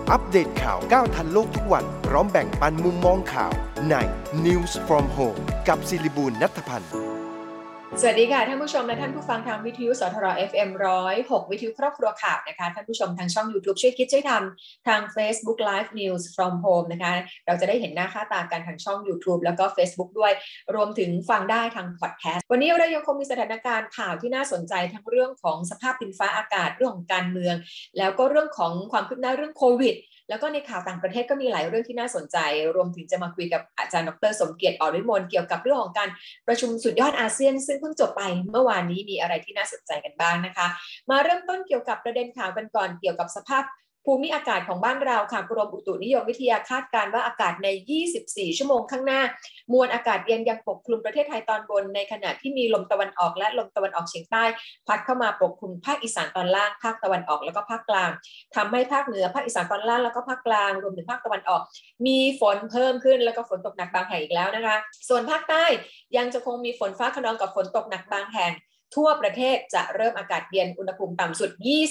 อัปเดตข่าวก้าวทันโลกทุกวันพร้อมแบ่งปันมุมมองข่าวใน News from Home กับศิริบูลย์ ณัฐพันธ์สวัสดีค่ะท่านผู้ชมและท่านผู้ฟังทางวิทยุสทร FM 106วิทยุครอบครัวข่าวนะคะท่านผู้ชมทางช่อง YouTube ช่วยคิดช่วยทำทาง Facebook Live News from Home นะคะเราจะได้เห็นหน้าค่าตากันทางช่อง YouTube แล้วก็ Facebook ด้วยรวมถึงฟังได้ทาง Podcast วันนี้เรายังคงมีสถานการณ์ข่าวที่น่าสนใจทั้งเรื่องของสภาพดินฟ้าอากาศเรื่องของการเมืองแล้วก็เรื่องของความคืบหน้าเรื่องโควิดแล้วก็ในข่าวต่างประเทศก็มีหลายเรื่องที่น่าสนใจรวมถึงจะมาคุยกับอาจารย์ดร.สมเกียรติ อ่อนวิมลเกี่ยวกับเรื่องของการประชุมสุดยอดอาเซียนซึ่งเพิ่งจบไปเมื่อวานนี้มีอะไรที่น่าสนใจกันบ้างนะคะมาเริ่มต้นเกี่ยวกับประเด็นข่าวกันก่อนเกี่ยวกับสภาพภูมิอากาศของบ้านเราค่ะกรมอุตุนิยมวิทยาคาดการณ์ว่าอากาศใน24ชั่วโมงข้างหน้ามวลอากาศเย็นยังปกคลุมประเทศไทยตอนบนในขณะที่มีลมตะวันออกและลมตะวันออกเฉียงใต้พัดเข้ามาปกคลุมภาคอีสานตอนล่างภาคตะวันออกแล้วก็ภาคกลางทำให้ภาคเหนือภาคอีสานตอนล่างแล้วก็ภาคกลางรวมถึงภาคตะวันออกมีฝนเพิ่มขึ้นแล้วก็ฝนตกหนักบางแห่งอีกแล้วนะคะส่วนภาคใต้ยังจะคงมีฝนฟ้าคะนองกับฝนตกหนักบางแห่งทั่วประเทศจะเริ่มอากาศเย็นอุณหภูมิต่ำสุด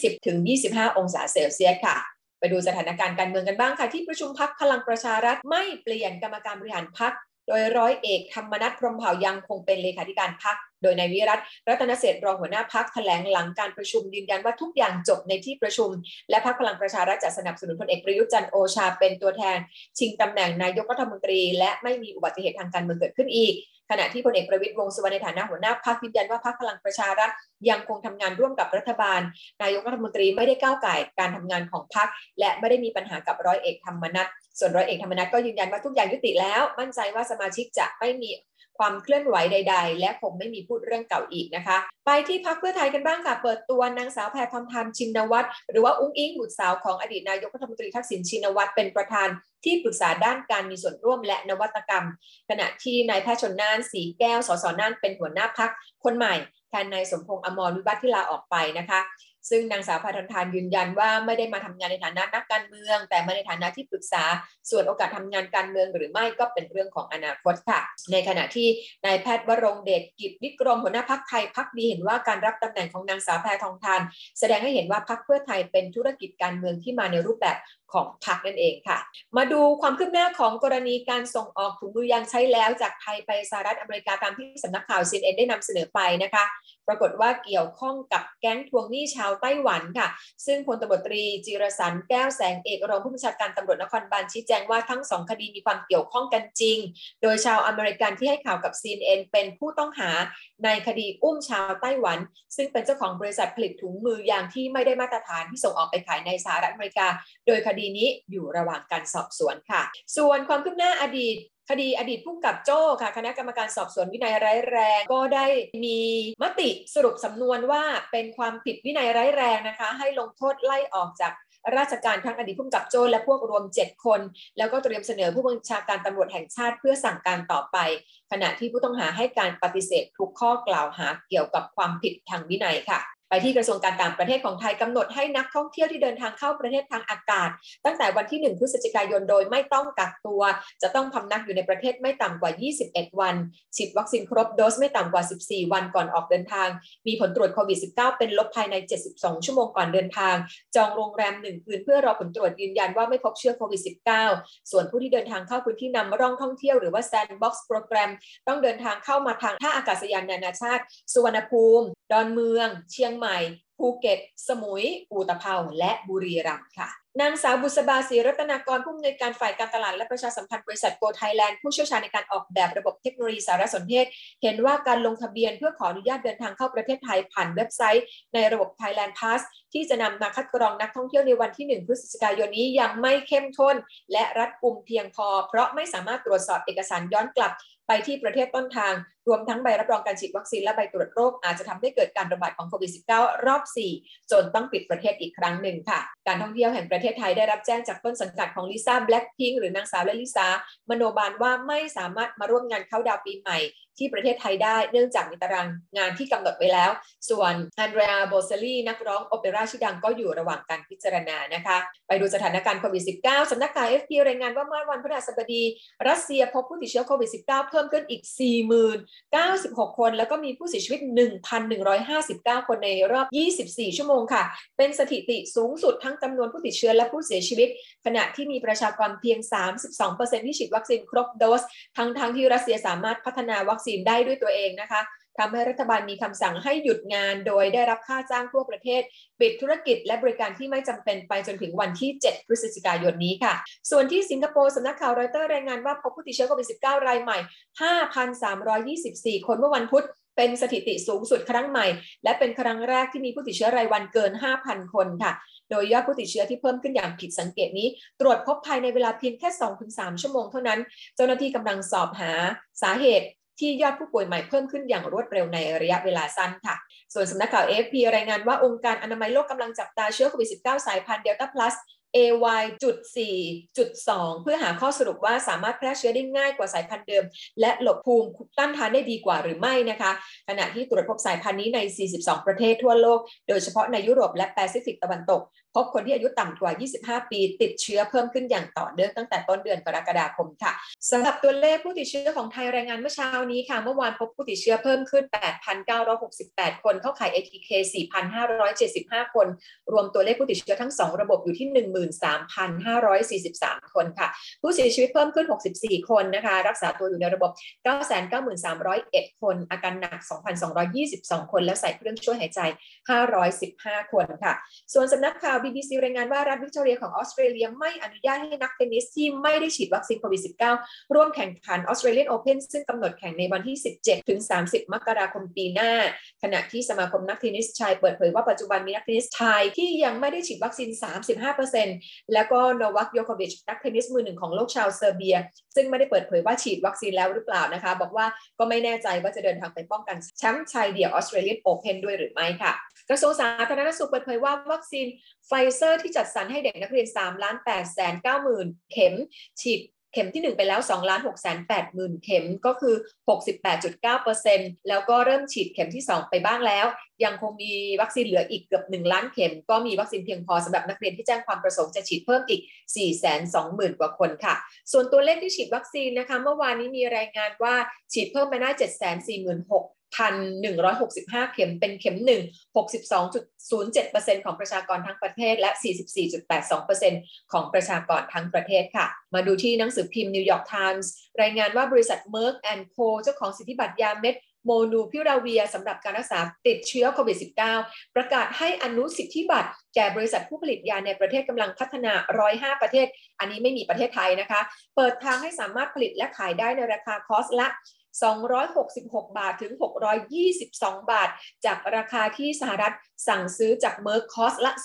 20-25 องศาเซลเซียสค่ะไปดูสถานการณ์การเมืองกันบ้างค่ะที่ประชุมพรรคพลังประชารัฐไม่เปลี่ยนกรรมการบริหารพรรคโดยร้อยเอกธรรมนัส พรหมเผ่ายังคงเป็นเลขาธิการพรรคโดยนายวิรัติ รัตนเศรษฐ์รองหัวหน้าพรรคแถลงหลังการประชุมยืนยันว่าทุกอย่างจบในที่ประชุมและพรรคพลังประชารัฐจะสนับสนุนพลเอกประยุทธ์จันทร์โอชาเป็นตัวแทนชิงตำแหน่งนายกรัฐมนตรีและไม่มีอุบัติเหตุทางการเมืองเกิดขึ้นอีกขณะที่พลเอกประวิตรวงษ์สุวรรณในฐานะหัวหน้าพรรคยืนยันว่าพรรคพลังประชารัฐยังคงทำงานร่วมกับรัฐบาลนายกรัฐมนตรีไม่ได้ก้าวก่ายการทำงานของพรรคและไม่ได้มีปัญหากับร้อยเอกธรรมนัสส่วนร้อยเอกธรรมนัสก็ยืนยันว่าทุกอย่างยุติแล้วมั่นใจว่าสมาชิกจะไม่มีความเคลื่อนไหวใดๆและคงไม่มีพูดเรื่องเก่าอีกนะคะไปที่พรรคเพื่อไทยกันบ้างค่ะเปิดตัวนางสาวแพทองธรรมชินวัตรหรือว่าอุ๊งอิ๊งบุตรสาวของอดีตนายกรัฐมนตรีทักษิณชินวัตรเป็นประธานที่ปรึกษาด้านการมีส่วนร่วมและนวัตกรรมขณะที่นายแพทย์ชลน่านสีแก้วสสน่านเป็นหัวหน้าพรรคคนใหม่แทนนายสมพงษ์อมรวิวัฒน์ที่ลาออกไปนะคะซึ่งนางสาวแพทองธรรมยืนยันว่าไม่ได้มาทำงานในฐานะนักการเมืองแต่มาในฐานะที่ปรึกษาส่วนโอกาสทำงานการเมืองหรือไม่ก็เป็นเรื่องของอนาคตค่ะในขณะที่นายแพทย์วรงค์เดชกิจวิกรมหัวหน้าพรรคไทยพรรคดีเห็นว่าการรับตำแหน่งของนางสาวแพทองธรแสดงให้เห็นว่าพรรคเพื่อไทยเป็นธุรกิจการเมืองที่มาในรูปแบบของพรรคนั่นเองค่ะมาดูความคืบหน้าของกรณีการส่งออกถุงมือยางใช้แล้วจากไทยไปสหรัฐอเมริกาตามที่สำนักข่าว CNN ได้นำเสนอไปนะคะปรากฏว่าเกี่ยวข้องกับแก๊งทวงหนี้ชาวไต้หวันค่ะซึ่งพลตำรวจตรีจิรสันต์แก้วแสงเอกรองผู้บัญชาการตำรวจนครบาลชี้แจงว่าทั้ง2คดีมีความเกี่ยวข้องกันจริงโดยชาวอเมริกันที่ให้ข่าวกับ CNN เป็นผู้ต้องหาในคดีอุ้มชาวไต้หวันซึ่งเป็นเจ้าของบริษัทผลิตถุงมือยางที่ไม่ได้มาตรฐานที่ส่งออกไปขายในสหรัฐอเมริกาโดยคดีนี้อยู่ระหว่างการสอบสวนค่ะส่วนความคืบหน้าคดีอดีตผู้กำกับโจ้ค่ะคณะกรรมการสอบสวนวินัยร้ายแรงก็ได้มีมติสรุปสำนวนว่าเป็นความผิดวินัยร้ายแรงนะคะให้ลงโทษไล่ออกจากราชการทั้งอดีตผู้กำกับโจ้และพวกรวม7คนแล้วก็เตรียมเสนอผู้บัญชาการตำรวจแห่งชาติเพื่อสั่งการต่อไปขณะที่ผู้ต้องหาให้การปฏิเสธทุกข้อกล่าวหาเกี่ยวกับความผิดทางวินัยค่ะไปที่กระทรวงการต่างประเทศของไทยกำหนดให้นักท่องเที่ยวที่เดินทางเข้าประเทศทางอากาศตั้งแต่วันที่1พฤศจิกายนโดยไม่ต้องกักตัวจะต้องพำนักอยู่ในประเทศไม่ต่ำกว่า21วันฉีดวัคซีนครบโดสไม่ต่ำกว่า14วันก่อนออกเดินทางมีผลตรวจโควิด -19 เป็นลบภายใน72ชั่วโมงก่อนเดินทางจองโรงแรม1คืนเพื่อรอผลตรวจยืนยันว่าไม่พบเชื้อโควิด -19 ส่วนผู้ที่เดินทางเข้าพื้นที่นำร่องท่องเที่ยวหรือว่า Sandbox Program ต้องเดินทางเข้ามาทางท่าอากาศยานนานาชาติสุวรรณภูมิดอนเมืองเชียงใหม่ภูเก็ตสมุยอุตภเปาและบุรีรัมย์ค่ะนางสาวบุษบาศรีรัตนากรผู้อำนวยการฝ่ายการตลาดและประชาสัมพันธ์บริษัทโกไทยแลนด์ผู้เชี่ยวชาญในการออกแบบระบบเทคโนโลยีสารสนเทศเห็นว่าการลงทะเบียนเพื่อขออนุญาตเดินทางเข้าประเทศไทยผ่านเว็บไซต์ในระบบ Thailand Pass ที่จะนำมาคัดกรองนักท่องเที่ยวในวันที่1พฤศจิกายนนี้ยังไม่เข้มข้นและรัดกุมเพียงพอเพราะไม่สามารถตรวจสอบเอกสารย้อนกลับไปที่ประเทศต้นทางรวมทั้งใบรับรองการฉีดวัคซีนและใบตรวจโรคอาจจะทำให้เกิดการระบาดของโควิด -19 รอบ4จนต้องปิดประเทศอีกครั้งหนึ่งค่ะการท่องเที่ยวแห่งประเทศไทยได้รับแจ้งจากต้นสังกัดของลิซ่าแบล็คพิงค์หรือนางสาวลิซ่ามโนบาลว่าไม่สามารถมาร่วมงานเข้าดาวปีใหม่ที่ประเทศไทยได้เนื่องจากมีตารางงานที่กำหนดไว้แล้วส่วนอันเดรียโบเซลลี่นักร้องโอเปร่าชื่อดังก็อยู่ระหว่างการพิจารณานะคะไปดูสถานการณ์โควิด -19 สำนักข่าว AFP รายงานว่าเมื่อวันพฤหัสบดีรัสเซียพบผู้ติดเชื้อโควิด -19 เพิ่มขึ้นอีก 40,096 คนแล้วก็มีผู้เสียชีวิต 1,159 คนในรอบ24 ชั่วโมงค่ะเป็นสถิติสูงสุดทั้งจำนวนผู้ติดเชื้อและผู้เสียชีวิตขณะที่มีประชากรเพียง 32% ที่ฉีดวัคซีนครบโดสทั้งที่รัสเซียสามารถพัฒนาวัคซีนได้ด้วยตัวเองนะคะทำให้รัฐบาลมีคำสั่งให้หยุดงานโดยได้รับค่าจ้างทั่วประเทศปิดธุรกิจและบริการที่ไม่จำเป็นไปจนถึงวันที่ 7 พฤศจิกายนนี้ค่ะส่วนที่สิงคโปร์สำนักข่าวรอยเตอร์รายงานว่าพบผู้ติดเชื้อโควิด -19 รายใหม่ 5,324 คนเมื่อวันพุธเป็นสถิติสูงสุดครั้งใหม่และเป็นครั้งแรกที่มีผู้ติดเชื้อรายวันเกิน 5,000 คนค่ะโดยยอดผู้ติดเชื้อที่เพิ่มขึ้นอย่างผิดสังเกตนี้ตรวจพบภายในเวลาเพียงแค่ 2-3 ชั่วโมงเท่านั้นเจ้าหน้าที่กำลังสอบหาสาเหตุที่ยอดผู้ป่วยใหม่เพิ่มขึ้นอย่างรวดเร็วในระยะเวลาสั้นค่ะส่วนสำนักข่าว AFP รายงานว่าองค์การอนามัยโลกกำลังจับตาเชื้อโควิด -19 สายพันธุ์เดลต้าพลัสAY.4.2 เพื่อหาข้อสรุปว่าสามารถแพร่เชื้อได้ง่ายกว่าสายพันธุ์เดิมและหลบภูมิต้านทานได้ดีกว่าหรือไม่นะคะขณะที่ตรวจพบสายพันธุ์นี้ใน 42 ประเทศทั่วโลกโดยเฉพาะในยุโรปและแปซิฟิกตะวันตกพบคนที่อายุต่ำกว่า 25 ปีติดเชื้อเพิ่มขึ้นอย่างต่อเนื่องตั้งแต่ต้นเดือนกรกฎาคมค่ะสำหรับตัวเลขผู้ติดเชื้อของไทยรายงานเมื่อเช้านี้ค่ะเมื่อวานพบผู้ติดเชื้อเพิ่มขึ้น 8,968 คนเข้าข่าย ATK 4,575 คนรวมตัวเลขผู้ติดเชื้อทั้ง2ระบบอยู่ที่ 13,543 คนค่ะผู้เสียชีวิตเพิ่มขึ้น64คนนะคะรักษาตัวอยู่ในระบบ 993,101 คนอาการหนัก 2,222 คนและใส่เครื่องช่วยหายใจ515คนค่ะส่วนสำนักข่าว BBC รายงานว่ารัฐวิกตอเรียของออสเตรเลียไม่อนุญาตให้นักเทนนิสที่ไม่ได้ฉีดวัคซีนโควิด -19 ร่วมแข่งขัน Australian Open ซึ่งกำหนดแข่งในวันที่ 17-30 มกราคมปีหน้าขณะที่สมาคมนักเทนนิสชายเปิดเผยว่าปัจจุบันมีนักเทนนิสชายที่ยังไม่ได้ฉีดวัคซีน 35% แล้วก็โนวัค โยโควิชนักเทนนิสมือหนึ่งของโลกชาวเซอร์เบียซึ่งไม่ได้เปิดเผยว่าฉีดวัคซีนแล้วหรือเปล่านะคะบอกว่าก็ไม่แน่ใจว่าจะเดินทางไปป้องกันแชมป์ชายเดี่ยว Australian Open ด้วยหรือไม่ค่ะกระทรวงสาธารณสุขเปิดเผยว่าวัคซีนไฟเซอร์ที่จัดสรรให้เด็กนักเรียน 3,890,000 เข็มฉีดเข็มที่1ไปแล้ว 2,680,000 เข็มก็คือ 68.9% แล้วก็เริ่มฉีดเข็มที่2ไปบ้างแล้วยังคงมีวัคซีนเหลืออีกเกือบ1ล้านเข็มก็มีวัคซีนเพียงพอสำหรับนักเรียนที่แจ้งความประสงค์จะฉีดเพิ่มอีก 420,000 กว่าคนค่ะส่วนตัวเลขที่ฉีดวัคซีนนะคะเมื่อวานนี้มีรายงานว่าฉีดเพิ่มไปได้ 746,165 เข็มเป็นเข็ม1 62.07% ของประชากรทั้งประเทศและ 44.82% ของประชากรทั้งประเทศค่ะมาดูที่หนังสือพิมพ์ New York Times รายงานว่าบริษัท Merck & Co เจ้าของสิทธิบัตรยาเม็ดโมนูพิราเวียสำหรับการรักษาติดเชื้อโควิด -19 ประกาศให้อนุสิทธิบัตรแก่บริษัทผู้ผลิตยาในประเทศกำลังพัฒนา105ประเทศอันนี้ไม่มีประเทศไทยนะคะเปิดทางให้สามารถผลิตและขายได้ในราคาคอสละ266 บาทถึง622 บาทจากราคาที่สหรัฐสั่งซื้อจากเมอร์คอสละ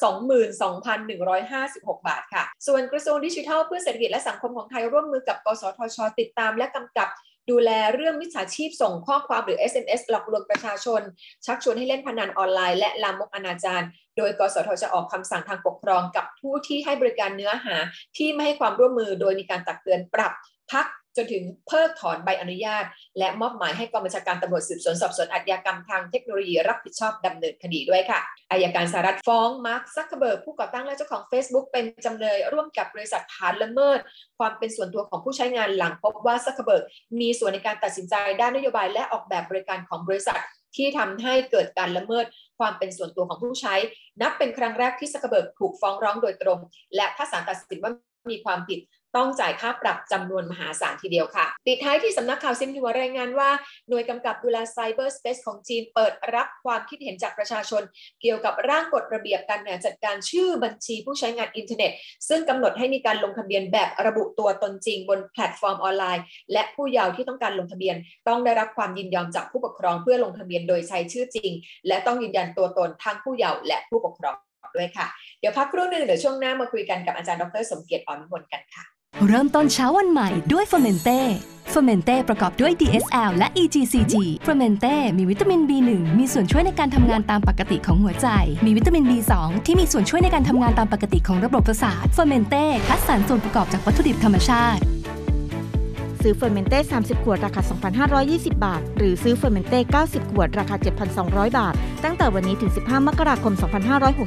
22,156 บาทค่ะส่วนกระทรวงดิจิทัลเพื่อเศรษฐกิจและสังคมของไทยร่วมมือกับกสทช.ติดตามและกำกับดูแลเรื่องมิจฉาชีพส่งข้อความหรือ SMS หลอกลวงประชาชนชักชวนให้เล่นพนันออนไลน์และลามกอนาจารโดยกสทช.ออกคำสั่งทางปกครองกับผู้ที่ให้บริการเนื้อหาที่ไม่ให้ความร่วมมือโดยมีการตักเตือนปรับพักจนถึงเพิกถอนใบอนุญาตและมอบหมายให้กองบัญชาการตำรวจสืบสวนสอบสวนอาชญากรรมทางเทคโนโลยีรับผิดชอบดำเนินคดีด้วยค่ะอัยการสหรัฐฟ้องมาร์ค ซักเคอร์เบิร์กผู้ก่อตั้งและเจ้าของ Facebook เป็นจำเลยร่วมกับบริษัทฐานละเมิดความเป็นส่วนตัวของผู้ใช้งานหลังพบว่าซักเคอร์เบิร์กมีส่วนในการตัดสินใจด้านนโยบายและออกแบบบริการของบริษัทที่ทำให้เกิดการละเมิดความเป็นส่วนตัวของผู้ใช้นับเป็นครั้งแรกที่ซักเคอร์เบิร์กถูกฟ้องร้องโดยตรงและถ้าศาลตัดสินว่ามีความผิดต้องจ่ายค่าปรับจำนวนมหาศาลทีเดียวค่ะปิดท้ายที่สำนักข่าวซินหัวรายงานว่าหน่วยกำกับดูแลไซเบอร์สเปซของจีนเปิดรับความคิดเห็นจากประชาชนเกี่ยวกับร่างกฎระเบียบการบริหารจัดการชื่อบัญชีผู้ใช้งานอินเทอร์เน็ตซึ่งกำหนดให้มีการลงทะเบียนแบบระบุตัวตนจริงบนแพลตฟอร์มออนไลน์และผู้เยาว์ที่ต้องการลงทะเบียนต้องได้รับความยินยอมจากผู้ปกครองเพื่อลงทะเบียนโดยใช้ชื่อจริงและต้องยืนยันตัวตนทั้งผู้เยาว์และผู้ปกครองด้วยค่ะเดี๋ยวพักครู่นึงเดี๋ยวช่วงหน้ามาคุยกันกับอาจารย์ดร.สมเกียรติ อ่อนวิมลกันค่ะเริ่มต้นเช้าวันใหม่ด้วยเฟอร์เมนเต้ประกอบด้วย DSL และ EGCG เฟอร์เมนเต้มีวิตามิน B1 มีส่วนช่วยในการทำงานตามปกติของหัวใจมีวิตามิน B2 ที่มีส่วนช่วยในการทำงานตามปกติของระบบประสาทเฟอร์เมนเต้คัดสรรส่วนประกอบจากวัตถุดิบธรรมชาติซื้อเฟอร์เมนเต้30ขวดราคา 2,520 บาทหรือซื้อเฟอร์เมนเต้90ขวดราคา 7,200 บาทตั้งแต่วันนี้ถึง15มกราคม2565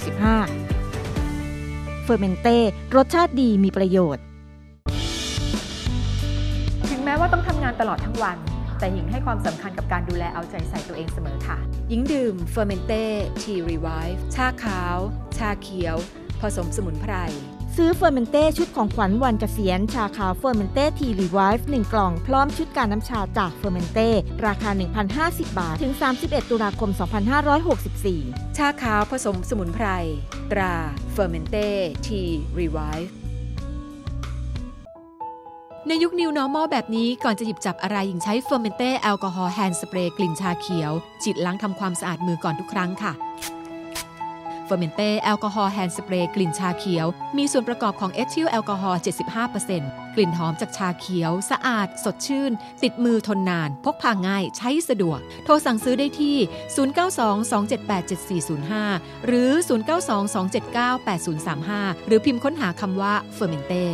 เฟอร์เมนเต้รสชาติดีมีประโยชน์ถึงแม้ว่าต้องทำงานตลอดทั้งวันแต่หญิงให้ความสำคัญกับการดูแลเอาใจใส่ตัวเองเสมอค่ะหญิงดื่มเฟอร์เมนเต้ทีรีไวฟ์ชาขาวชาเขียวผสมสมุนไพรซื้อเฟอร์เมนเต้ชุดของขวัญวันเกษียณชาขาวเฟอร์เมนเต้ทีรีไวฟ์1กล่องพร้อมชุดการน้ำชาจากเฟอร์เมนเต้ราคา 1,050 บาทถึง31ตุลาคม2564 ชาขาวผสมสมุนไพรตราเฟอร์เมนเต้ทีรีไวฟ์ในยุค New Normal แบบนี้ก่อนจะหยิบจับอะไรหญิงใช้เฟอร์เมนเต้แอลกอฮอล์แฮนด์สเปรย์กลิ่นชาเขียวจิตล้างทำความสะอาดมือก่อนทุกครั้งค่ะเฟอร์เมนเต้แอลกอฮอล์แฮนด์สเปรย์กลิ่นชาเขียวมีส่วนประกอบของเอทิลแอลกอฮอล์ 75% กลิ่นหอมจากชาเขียวสะอาดสดชื่นติดมือทนนานพกพาง่ายใช้สะดวกโทรสั่งซื้อได้ที่0922787405หรือ0922798035หรือพิมพ์ค้นหาคำว่าเฟอร์เมนเต้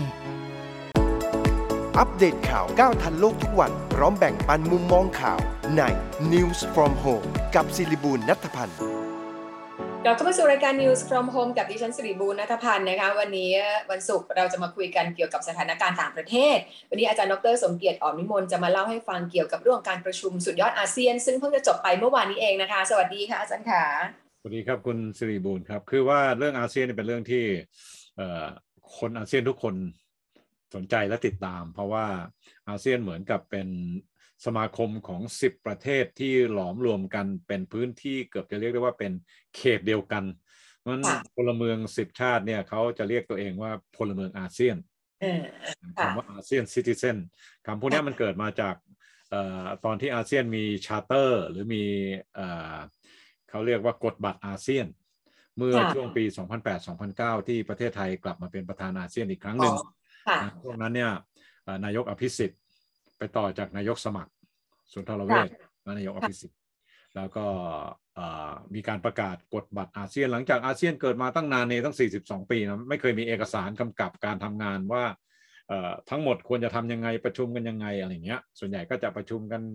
อัปเดตข่าวก้าวทันโลกทุกวันพร้อมแบ่งปันมุมมองข่าวใน News from Home กับศิริบูลย์ณัฐพันธ์เราเข้ามาสู่รายการ News from Home กับดิฉันศิริบูลย์ณัฐพันธ์นะคะวันนี้วันศุกร์เราจะมาคุยกันเกี่ยวกับสถานการณ์ต่างประเทศวันนี้อาจารย์ดร.สมเกียรติ อ่อนวิมลจะมาเล่าให้ฟังเกี่ยวกับเรื่องการประชุมสุดยอดอาเซียนซึ่งเพิ่งจะจบไปเมื่อวานนี้เองนะคะสวัสดีค่ะอาจารย์ค่ะสวัสดีครับคุณศิริบูลย์ครับคือว่าเรื่องอาเซียนเป็นเรื่องที่คนอาเซียนทุกคนสนใจและติดตามเพราะว่าอาเซียนเหมือนกับเป็นสมาคมของ10ประเทศที่หลอมรวมกันเป็นพื้นที่เกือบจะเรียกได้ว่าเป็นเขตเดียวกันเพราะฉะนั้นพลเมือง10ชาติเนี่ยเขาจะเรียกตัวเองว่าพลเมืองอาเซียนคำว่าอาเซียนซิติเซนคำพวกนี้มันเกิดมาจากตอนที่อาเซียนมีชาร์เตอร์หรือมีเขาเรียกว่ากฎบัตรอาเซียนเมื่อช่วงปี 2008-2009 ที่ประเทศไทยกลับมาเป็นประธานอาเซียนอีกครั้งหนึ่งช่วงนั้นเนี่ยนายกอภิสิทธิ์ไปต่อจากนายกสมัครสุนทรเวชและนายกอภิสิทธิ์แล้วก็มีการประกาศกฎบัตรอาเซียนหลังจากอาเซียนเกิดมาตั้งนานในตั้ง42ปีนะไม่เคยมีเอกสารกำกับการทำงานว่าทั้งหมดควรจะทำยังไงประชุมกันยังไงอะไรเงี้ยส่วนใหญ่ก็จะประชุมกัน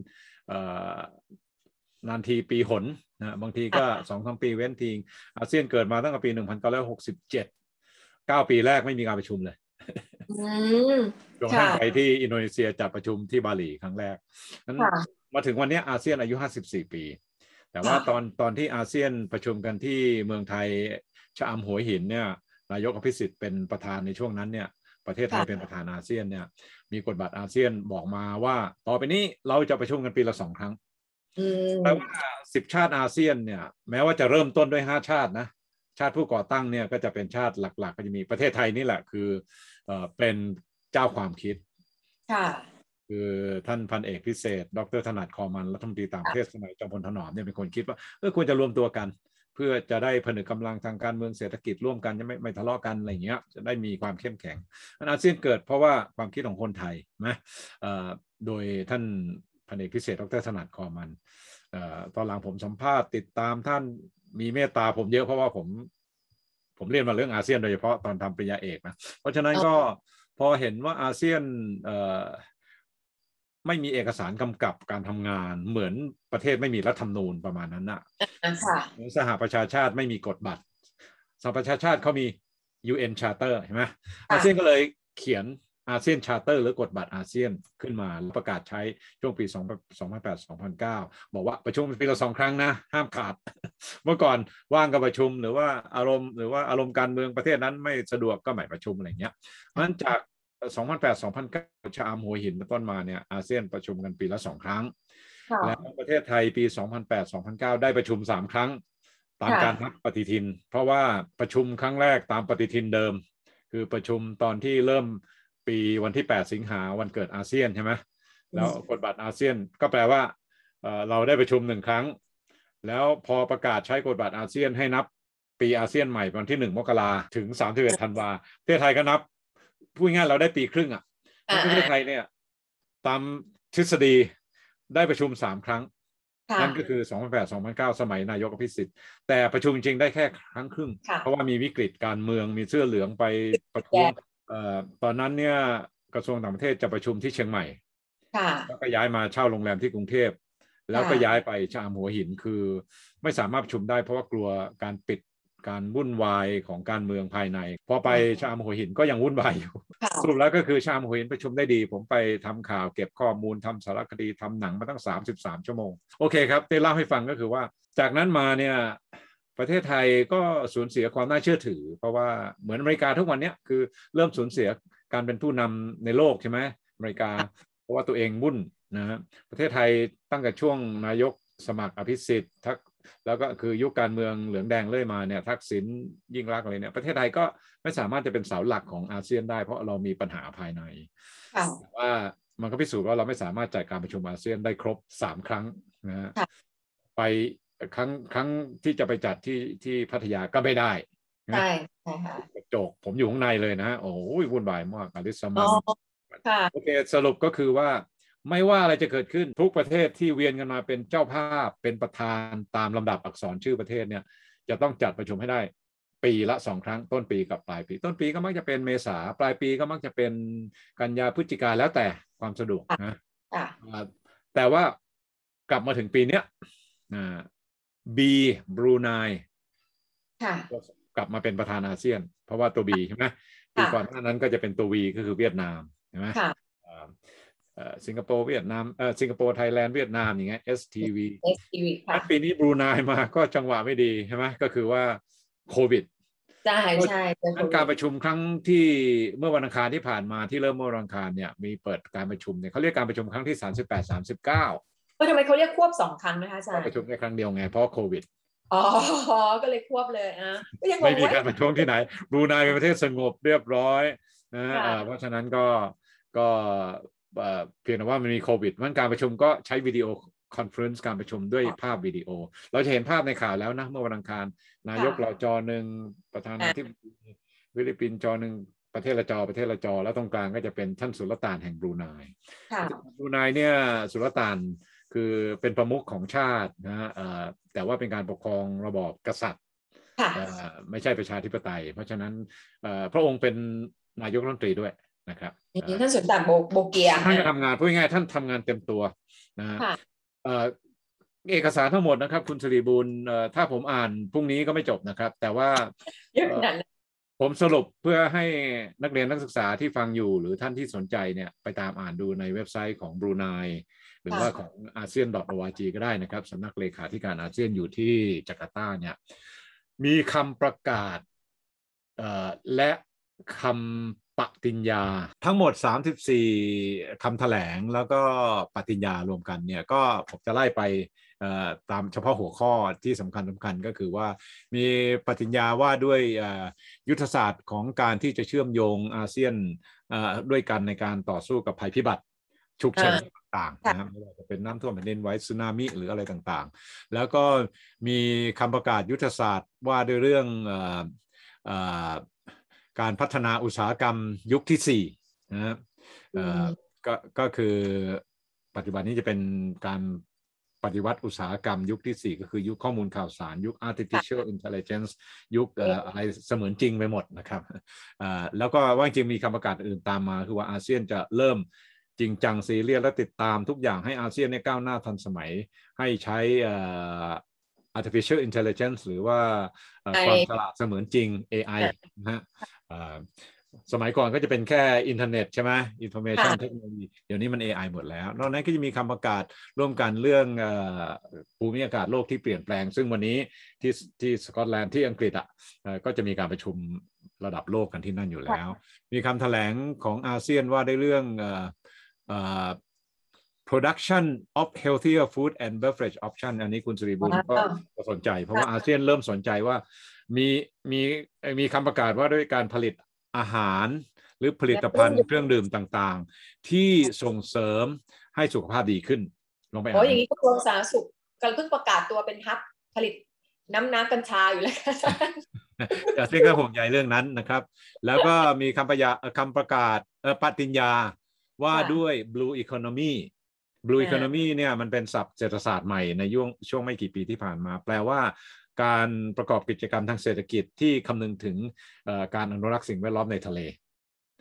นานทีปีหนนะบางทีก็ 2-3 ปีเว้นทีอาเซียนเกิดมาตั้งแต่ปี1967 9ปีแรกไม่มีการประชุมเลยจนกระทั่งไปที่อินโดนีเซียจัดประชุมที่บาหลีครั้งแรกนั้นมาถึงวันนี้อาเซียนอายุ54 ปีแต่ว่าตอนที่อาเซียนประชุมกันที่เมืองไทยชะอำหัวหินเนี่ยนายกอภิสิทธิ์เป็นประธานในช่วงนั้นเนี่ยประเทศไทยเป็นประธานอาเซียนเนี่ยมีกฎบัตรอาเซียนบอกมาว่าต่อไปนี้เราจะประชุมกันปีละ2 ครั้งแต่ว่า10ชาติอาเซียนเนี่ยแม้ว่าจะเริ่มต้นด้วย5ชาตินะชาติผู้ก่อตั้งเนี่ยก็จะเป็นชาติหลักๆก็จะมีประเทศไทยนี่แหละคือเป็นเจ้าความคิดคือท่านพันเอกพิเศษดร.ถนัดคอมันรัฐมนตรีต่างประเทศสมัยจอมพลถนอมเนี่ยเป็นคนคิดว่าควรจะรวมตัวกันเพื่อจะได้ผนึกกำลังทางการเมืองเศรษฐกิจร่วมกันจะไม่ทะเลาะกันอะไรเงี้ยจะได้มีความเข้มแข็งอาเซียนเกิดเพราะว่าความคิดของคนไทยนะโดยท่านพันเอกพิเศษดร.ถนัดคอมันตอนหลังผมสัมภาษณ์ติดตามท่านมีเมตตาผมเยอะเพราะว่าผมเรียนมาเรื่องอาเซียนโดยเฉพาะตอนทำปริญญาเอกนะเพราะฉะนั้นก็พอเห็นว่าอาเซียนไม่มีเอกสารกำกับการทำงานเหมือนประเทศไม่มีรัฐธรรมนูญประมาณนั้นน่ะสหประชาชาติไม่มีกฎบัตรสหประชาชาติเขามี UN Charter เห็นไหมอาเซียนก็เลยเขียนอาเซียนชาร์เตอร์หรือกฎบัตรอาเซียนขึ้นมาประกาศใช้ช่วงปี 2008-2009 บอกว่าประชุมปีละ2 ครั้งนะห้ามขาดเมื่อก่อนว่างก็ประชุมหรือว่าอารมณ์การเมืองประเทศนั้นไม่สะดวกก็ไม่ประชุมอะไรเงี้ยเพราะฉะนั้นจาก 2008-2009 ชะอำหัวหินต้นมาเนี่ยอาเซียนประชุมกันปีละ2 ครั้งและประเทศไทยปี 2008-2009 ได้ประชุม3 ครั้งตามการนับปฏิทินเพราะว่าประชุมครั้งแรกตามปฏิทินเดิมคือประชุมตอนที่เริ่มปีวันที่8 สิงหาวันเกิดอาเซียนใช่ไหมแล้วกฎบัตรอาเซียนก็แปลว่าเราได้ประชุม1 ครั้งแล้วพอประกาศใช้กฎบัตรอาเซียนให้นับปีอาเซียนใหม่วันที่1 มกราถึง31 ธันวาประเทศไทยก็นับพูดง่ายเราได้ปีครึ่งประเทศไทยเนี่ยตามทฤษฎีได้ประชุม3 ครั้งนั่นก็คือ 2008-2009 สมัยนายกอภิสิทธิ์แต่ประชุมจริงได้แค่ครั้งครึ่งเพราะว่ามีวิกฤตการเมืองมีเสื้อเหลืองไปประท้วงตอนนั้นเนี่ยกระทรวงต่างประเทศจะประชุมที่เชียงใหม่แล้วก็ย้ายมาเช่าโรงแรมที่กรุงเทพแล้วก็ย้ายไปชะอำหัวหินคือไม่สามารถประชุมได้เพราะว่ากลัวการปิดการวุ่นวายของการเมืองภายในพอไปชะอำหัวหินก็ยังวุ่นวายอยู่สรุปแล้วก็คือชะอำหัวหินประชุมได้ดีผมไปทำข่าวเก็บข้อมูลทำสารคดีทำหนังมาตั้ง33 ชั่วโมงโอเคครับได้เล่าให้ฟังก็คือว่าจากนั้นมาเนี่ยประเทศไทยก็สูญเสียความน่าเชื่อถือเพราะว่าเหมือนอเมริกาทุกวันนี้คือเริ่มสูญเสียการเป็นผู้นำในโลกใช่ไหมอเมริกาเพราะว่าตัวเองวุ่นนะประเทศไทยตั้งแต่ช่วงนายกสมัครอภิสิทธิ์แล้วก็คือยุคการเมืองเหลืองแดงเรื่อยมาเนี่ยทักษิณยิ่งรักอะไรเนี่ยประเทศไทยก็ไม่สามารถจะเป็นเสาหลักของอาเซียนได้เพราะเรามีปัญหาภายในว่ามันก็พิสูจน์ว่าเราไม่สามารถจัดการประชุมอาเซียนได้ครบ3 ครั้งนะไปครั้งที่จะไปจัดที่พัทยาก็ไม่ได้ใช่ค่ะโจกผมอยู่ข้างในเลยนะโอ้ยวุ่นวายมากอลิสมันโอเคสรุปก็คือว่าไม่ว่าอะไรจะเกิดขึ้นทุกประเทศที่เวียนกันมาเป็นเจ้าภาพเป็นประธานตามลำดับอักษรชื่อประเทศเนี่ยจะต้องจัดประชุมให้ได้ปีละ2 ครั้งต้นปีกับปลายปีต้นปีก็มักจะเป็นเมษาปลายปีก็มักจะเป็นกันยาพฤศจิกาแล้วแต่ความสะดวกนะแต่ว่ากลับมาถึงปีนี้บรูไนกลับมาเป็นประธานอาเซียนเพราะว่าตัว B ใช่ไหมปีก่อนหน้านั้นก็จะเป็นตัว V ก็คือเวียดนามใช่ไหมสิงคโปร์เวียดนามสิงคโปร์ไทยแลนด์เวียดนามอย่างเงี้ย STV ปีนี้บรูไนมาก็จังหวะไม่ดีใช่ไหมก็คือว่าโควิดใช่การประชุมครั้งที่เมื่อวันอังคารที่ผ่านมาที่เริ่มเมื่อวันอังคารเนี่ยมีเปิดการประชุมเนี่ยเขาเรียกการประชุมครั้งที่38-39 ทำไมเขาเรียกควบ2 ครั้งนะคะอาจารย์ประชุมในครั้งเดียวไงเพราะโควิดก็เลยควบเลยก็ยังไม่มีการประชุมที่ไหนบรูไนเป็นประเทศสงบเรียบร้อยนะเพราะฉะนั้นก็เพียงแต่ว่ามันมีโควิดมันการประชุมก็ใช้วิดีโอคอนเฟอเรนซ์การประชุมด้วยภาพวิดีโอเราจะเห็นภาพในข่าวแล้วนะเมื่อวันอังคารนายกเราจอหนึ่งประธานาธิบดีฟิลิปปินส์จอหนึ่งประเทศละจอแล้วตรงกลางก็จะเป็นท่านสุลต่านแห่งบรูไนบรูไนเนี่ยสุลต่านคือเป็นประมุขของชาตินะแต่ว่าเป็นการปกครองระบอบกษัตริย์ไม่ใช่ประชาธิปไตยเพราะฉะนั้นพระองค์เป็นนายกรัฐมนตรีด้วยนะครับท่านสุลต่านโบเกียท่านทำงานพูดง่ายๆท่านทำงานเต็มตัวนะเอกสารทั้งหมดนะครับคุณสิริบูลถ้าผมอ่านพรุ่งนี้ก็ไม่จบนะครับแต่ว่าผมสรุปเพื่อให้นักเรียนนักศึกษาที่ฟังอยู่หรือท่านที่สนใจเนี่ยไปตามอ่านดูในเว็บไซต์ของบรูไนหรือว่าของ ASEAN.org ก็ได้นะครับสำนักเลขาธิการอาเซียนอยู่ที่จาการ์ตาเนี่ยมีคำประกาศและคำปฏิญญาทั้งหมด34คำแถลงแล้วก็ปฏิญญารวมกันเนี่ยก็ผมจะไล่ไปตามเฉพาะหัวข้อที่สำคัญก็คือว่ามีปฏิญญาว่าด้วยยุทธศาสตร์ของการที่จะเชื่อมโยงอาเซียนด้วยกันในการต่อสู้กับภัยพิบัติฉุกเฉินต่างๆนะครับไม่ว่าจะเป็นน้ำท่วมแผ่นดินไหวสึนามิหรืออะไรต่างๆแล้วก็มีคำประกาศยุทธศาสตร์ว่าด้วยเรื่องการพัฒนาอุตสาหกรรมยุคที่4นะครับก็คือปัจจุบันนี้จะเป็นการปฏิวัติอุตสาหกรรมยุคที่4ก็คือยุคข้อมูลข่าวสารยุค artificial intelligence ยุคอะไรเสมือนจริงไปหมดนะครับแล้วก็ว่าจริงมีคำประกาศอื่นตามมาคือว่าอาเซียนจะเริ่มจริงจังซีเรียสและติดตามทุกอย่างให้อาเซียนก้าวหน้าทันสมัยให้ใช้artificial intelligence หรือว่าความฉลาดเสมือนจริง AI นะฮะสมัยก่อนก็จะเป็นแค่อินเทอร์เน็ตใช่ไหม information technology เดี๋ยวนี้มัน AI หมดแล้วนอกนั้นก็จะมีคำประกาศร่วมกันเรื่องภูมิอากาศโลกที่เปลี่ยนแปลงซึ่งวันนี้ที่สกอตแลนด์ที่อังกฤษก็จะมีการประชุมระดับโลกกันที่นั่นอยู่แล้วมีคำแถลงของอาเซียนว่าได้เรื่องproduction of healthier food and beverage option อันนี้คุณสิริบุญก็สนใจเพราะว่าอาเซียนเริ่มสนใจว่ามีคำประกาศว่าด้วยการผลิตอาหารหรือผลิตภัณฑ์เครื่องดื่มต่างๆที่ส่งเสริมให้สุขภาพดีขึ้นลงไปอย่างนี้กระทรวงสาธารณสุขกำลังเพิ่งประกาศตัวเป็นฮับผลิตน้ำกัญชาอยู่แล้วอาเซียนก็ห่วงใยเรื่องนั้นนะครับแล้วก็มีคำประกาศปฏิญญาว่าด้วย Blue Economy Blue Economy เนี่ยมันเป็นศัพท์เศรษฐศาสตร์ใหม่ในช่วงไม่กี่ปีที่ผ่านมาแปลว่าการประกอบกิจกรรมทางเศรษฐกิจที่คำนึงถึงการอนุรักษ์สิ่งแวดล้อมในทะเล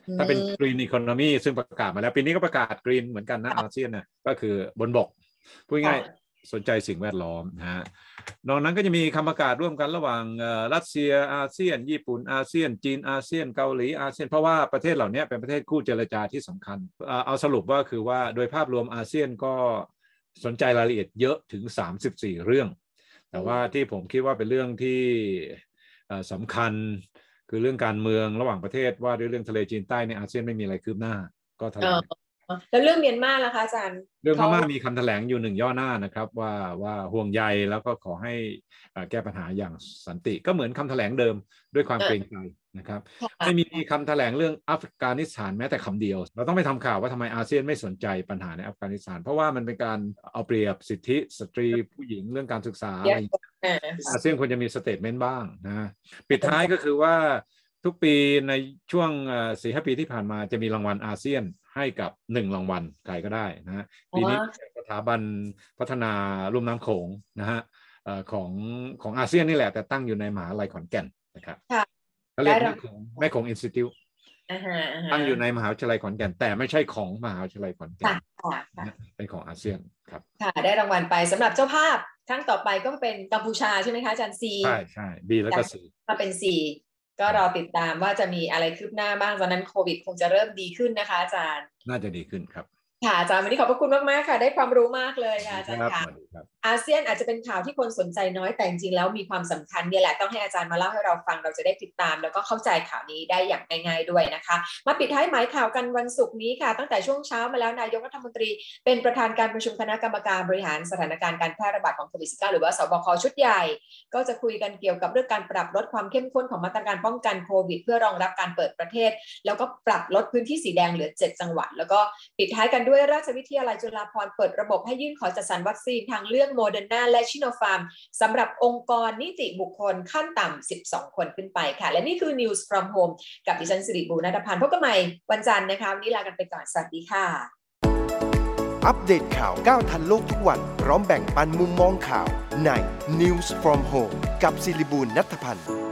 ถ้าเป็น Green Economy ซึ่งประกาศมาแล้วปีนี้ก็ประกาศ Green เหมือนกันนะอาเซียนนะก็คือบนบกพูดง่ายสนใจสิ่งแวดล้อมนะฮะนอกนั้นก็จะมีคำประกาศร่วมกันระหว่างรัสเซียอาเซียนญี่ปุ่นอาเซียนจีนอาเซียนเกาหลีอาเซียนเพราะว่าประเทศเหล่านี้เป็นประเทศคู่เจรจาที่สำคัญเอาสรุปว่าคือว่าโดยภาพรวมอาเซียนก็สนใจรายละเอียดเยอะถึง34เรื่องแต่ว่าที่ผมคิดว่าเป็นเรื่องที่สำคัญคือเรื่องการเมืองระหว่างประเทศว่าด้วยเรื่องทะเลจีนใต้ในอาเซียนไม่มีอะไรคืบหน้าก็แถลงแล้วเรื่องเมียนมาล่ะคะอาจารย์เรื่องพม่ามีคำแถลงอยู่1ย่อหน้านะครับว่าห่วงใยแล้วก็ขอให้แก้ปัญหาอย่างสันติก็เหมือนคำแถลงเดิมด้วยความเกรงใจนะครับไม่มีคำแถลงเรื่องอัฟกานิสถานแม้แต่คำเดียวเราต้องไปทำข่าวว่าทำไมอาเซียนไม่สนใจปัญหาในอัฟกานิสถานเพราะว่ามันเป็นการเอาเปรียบสิทธิสตรีผู้หญิงเรื่องการศึกษาอะไรอาเซียนควรจะมีสเตทเมนต์บ้างนะปิดท้ายก็คือว่าทุกปีในช่วง4-5 ปีที่ผ่านมาจะมีรางวัลอาเซียนให้กับ1รางวัลใครก็ได้นะปีนี้สถาบันพัฒนาลุ่มน้ำโขงนะฮะของอาเซียนนี่แหละแต่ตั้งอยู่ในมหาวิทยาลัยขอนแก่นนะครับเขาเรียกแม่โขงอินสติทิวต์ตั้งอยู่ในมหาวิทยาลัยขอนแก่นแต่ไม่ใช่ของมหาวิทยาลัยขอนแก่นเป็นของอาเซียนครับค่ะได้รางวัลไปสำหรับเจ้าภาพครั้งต่อไปก็เป็นกัมพูชาใช่ไหมคะอาจารย์ซีใช่Bแล้วก็ C มาเป็น Cก็รอติดตามว่าจะมีอะไรคืบหน้าบ้างตอนนั้นโควิดคงจะเริ่มดีขึ้นนะคะอาจารย์น่าจะดีขึ้นครับค่ะอาจารย์วันนี้ขอบพระคุณมากๆค่ะได้ความรู้มากเลยค่ะอาจารย์ค่ะอาเซียนอาจจะเป็นข่าวที่คนสนใจน้อยแต่จริงๆแล้วมีความสำคัญเนี่ยแหละต้องให้อาจารย์มาเล่าให้เราฟังเราจะได้ติดตามแล้วก็เข้าใจข่าวนี้ได้อย่างง่ายๆด้วยนะคะมาปิดท้ายหมายข่าวกันวันศุกร์นี้ค่ะตั้งแต่ช่วงเช้ามาแล้วนายกรัฐมนตรีเป็นประธานการประชุมคณะกรรมการบริหารสถานการณ์การแพร่ระบาดของโควิด -19 หรือว่าสบคชุดใหญ่ก็จะคุยกันเกี่ยวกับเรื่องการปรับลดความเข้มข้นของมาตรการป้องกันโควิดเพื่อรองรับการเปิดประเทศแล้วก็ปรับลดพื้นที่สีแดงเหลือ7จังหวัดแล้วก็ปิดท้ายกันด้วยราชวิทยาลัยจุฬาภรณ์เปิดระบบให้ยื่นขอจัดสรรวัคซีนทางเลือกโมเดอร์นาและชิโนฟาร์มสำหรับองค์กรนิติบุคคลขั้นต่ำ12คนขึ้นไปค่ะและนี่คือ News from Home กับดิฉันสิริบูรณัฐพันธ์พบกันใหม่วันจันทร์นะคะวันนี้ลากันไปก่อนสวัสดีค่ะอัปเดตข่าวก้าวทันโลกทุกวันพร้อมแบ่งปันมุมมองข่าวใน News from Home กับสิริบูรณัฐพันธ์